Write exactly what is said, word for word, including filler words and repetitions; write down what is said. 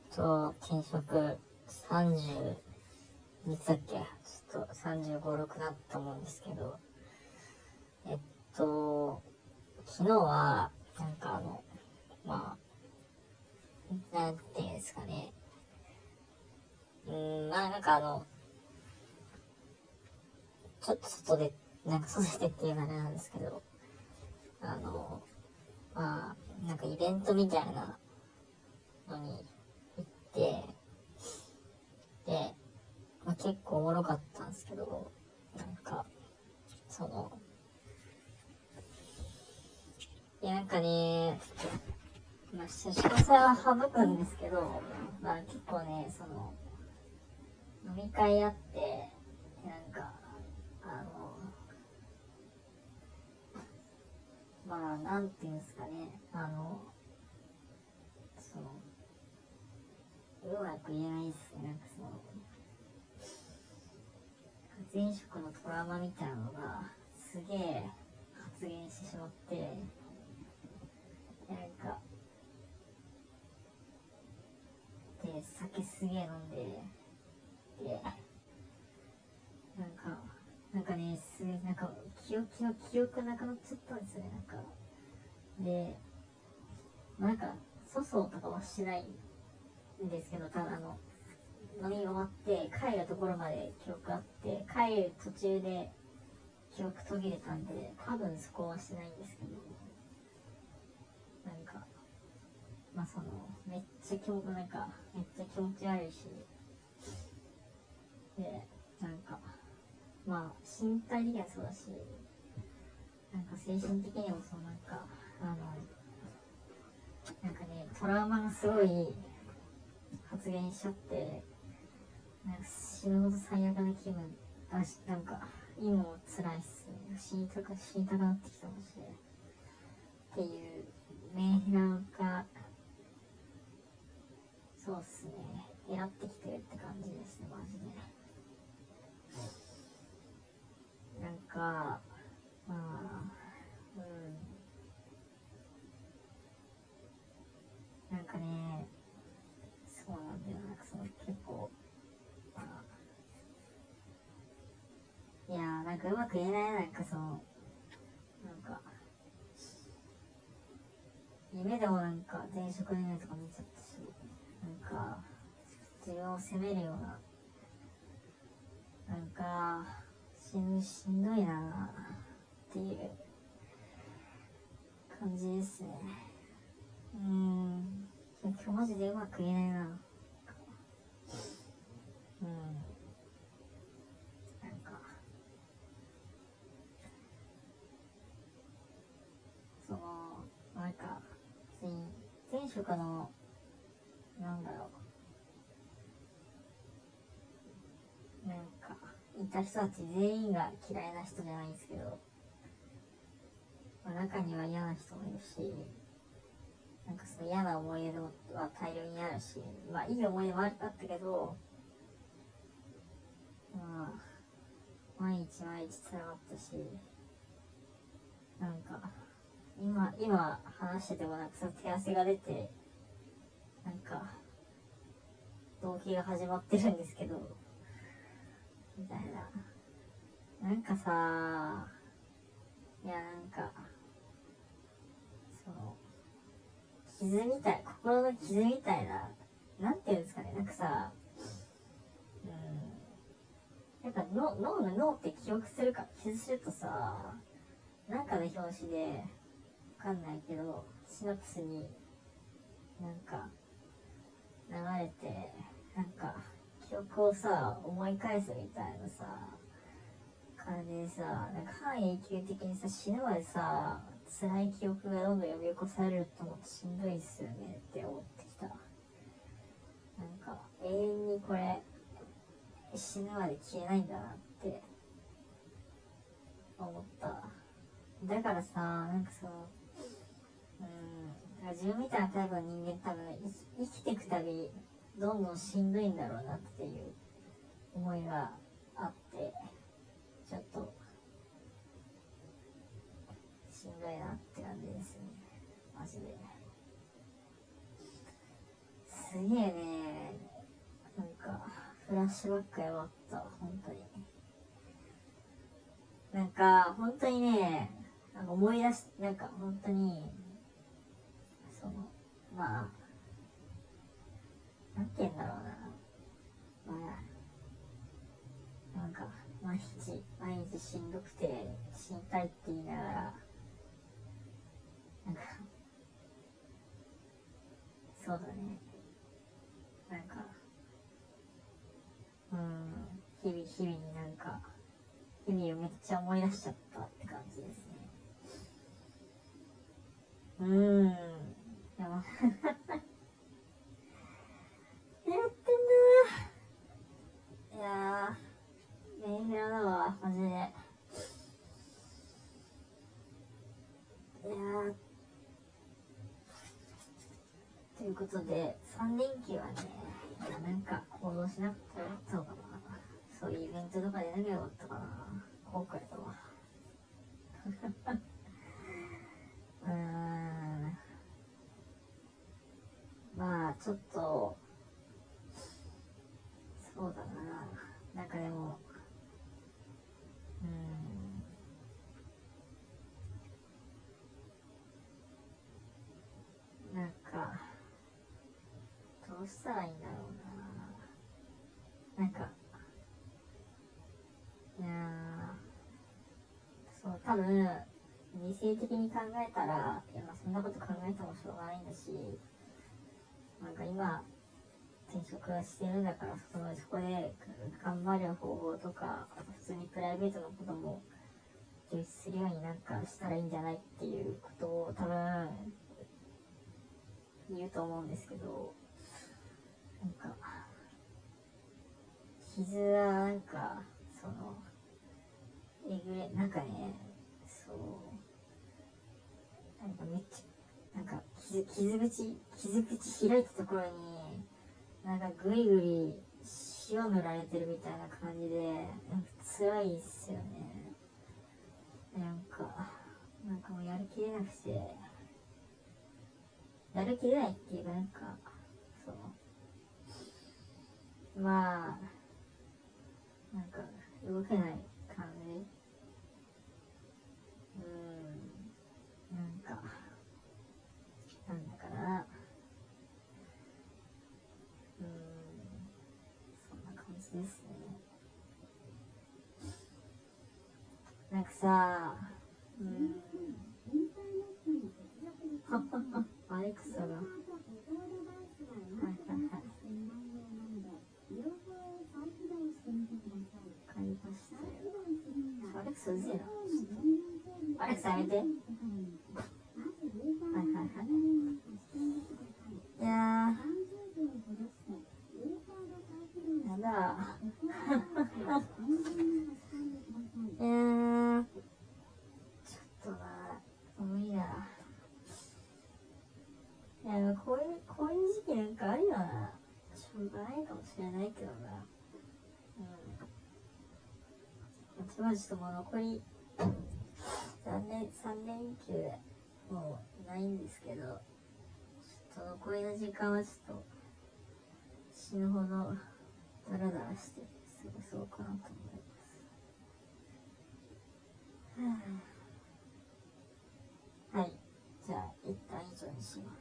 と、転職さんじゅう、いつだっけちょっとさんじゅうご、ろくだったと思うんですけど、えっと、昨日は、なんかあの、まあ、なんていうんですかね。うーん、まあなんかあの、ちょっと外で、なんか外でっていうのあれなんですけど、あの、まあ、なんかイベントみたいなのに行って、で、まあ、結構おもろかったんですけど、なんか、その、いやなんかね、まあ、詳細は省くんですけど、まあ結構ね、その、飲み会あって、なんか、あの、まあ、なんていうんですかね、あの、その、うまく言えないっすね、なんかその、前職のトラウマみたいなのが、すげえ発言してしまって、なんか、で、酒すげえ飲んで、で、なんか、なんかね、すげえ、なんか、記憶、記憶、記憶なくなっちゃったんですよね、なんか。で、まあ、なんか、粗相とかはしないんですけど、ただあの、飲み終わって帰るところまで記憶あって、帰る途中で記憶途切れたんで、多分そこはしてないんですけど、なんか、まあその、めっちゃ気持ち、なんか、めっちゃ気持ち悪いし、で、なんか、まあ、身体的にはそうだし、なんか精神的にもそうなんか、あの、なんかね、トラウマがすごい発言しちゃって、なんか死ぬほど最悪な気分だし、なんか、今も辛いっすね。死にたく、死にたくなってきたもんし、っていう、メンヘラが、そうっすね、狙ってきてるって感じですね、マジで。なんか、まあ、うん、なんかね、そうなんだよ、なんかその結構、まあ、いやー、なんかうまく言えない、なんかその、なんか、夢でもなんか前職の夢とか見ちゃったし、なんか、自分を責めるような、なんか、しん、しんどいなっていう感じですね。うーん。今日マジでうまく言えないな。うん。なんか、その、なんか、前職の、なんだろう、なんか、いた人たち全員が嫌いな人じゃないんですけど、まあ、中には嫌な人もいるし、なんかその嫌な思い出は大量にあるし、まあいい思い出もあったけど、まあ、毎日毎日辛かったし、なんか、今、今話しててもなんかその手汗が出て、なんか、動機が始まってるんですけど、みたいな。なんかさ、いやなんか、その、傷みたい、心の傷みたいな、なんていうんですかね、なんかさ、うん、やっぱ脳脳が脳って記憶するか、傷するとさ、なんかの表紙で、わかんないけど、シナプスになんか流れて、なんか記憶をさ、思い返すみたいなさ、感じでさ、なんか半永久的にさ、死ぬまでさ、辛い記憶がどんどん呼び起こされると思ってしんどいっすよねって思ってきた。なんか永遠にこれ死ぬまで消えないんだなって思った。だからさ、なんかその、うん、自分みたいなタイプの人間多分生きていくたびどんどんしんどいんだろうなっていう思いがあって、ちょっとしんどいなって感じですね、マジで。すげえね、 ラッシュバックやばった、本当に。なんか、本当にね、なんか思い出し、なんか本当に、その、まあ、なんて言うんだろうな。まあ、なんか、毎日、毎日しんどくて、死にたいって言いながら、なんか、そうだね。なんか、うーん、日々、日々になんか、日々をめっちゃ思い出しちゃったって感じですね。うーん。でもやってんなー。いやー、メンヘラだわ、マジで。いやー、ということで、さん連休はね、なんか行動しなくてよかったのかな。そういうイベントとかでなきゃよかったかな。後悔だわ。うーん。まあ、ちょっと、そうだな。なんかでも、うーん。なんか、どうしたらいいんだろうな。なんか、いやー、そう、多分、理性的に考えたら、いや、まあそんなこと考えてもしょうがないんだし、なんか今、転職はしてるんだから、そのそこで頑張る方法とか、あと普通にプライベートのことも重視するようになんかしたらいいんじゃないっていうことを多分言うと思うんですけど、なんか、傷はなんか、その、えぐれ、なんかね、そう、なんかめっちゃ、なんか傷、傷口、傷口開いたところに、なんかぐりぐり塩塗られてるみたいな感じで、なんか辛いっすよね。なんか、なんかもうやる気出なくて、やる気出ないっていうかなんか、その、まあ、なんか動けない感じ。うーん、なんか、なんだかな。うーん、そんな感じですね。なんかさ、うーん、アレクサが、はいはいはい。買いましたよ。アレクサうぜえな。ちょっとアレクサやめて。はいはいはい。いやー、やだ。いやー、ちょっとな、無理だ。いや、こういう、こういう時期なんかあるよな。しょうがないかもしれないけどな。うん。ちまちょっともう残りさんねん、さん連休もうないんですけど、ちょっと残りの時間はちょっと死ぬほどダラダラして過ごそうかなと思います。はい。じゃあ、一旦以上にします。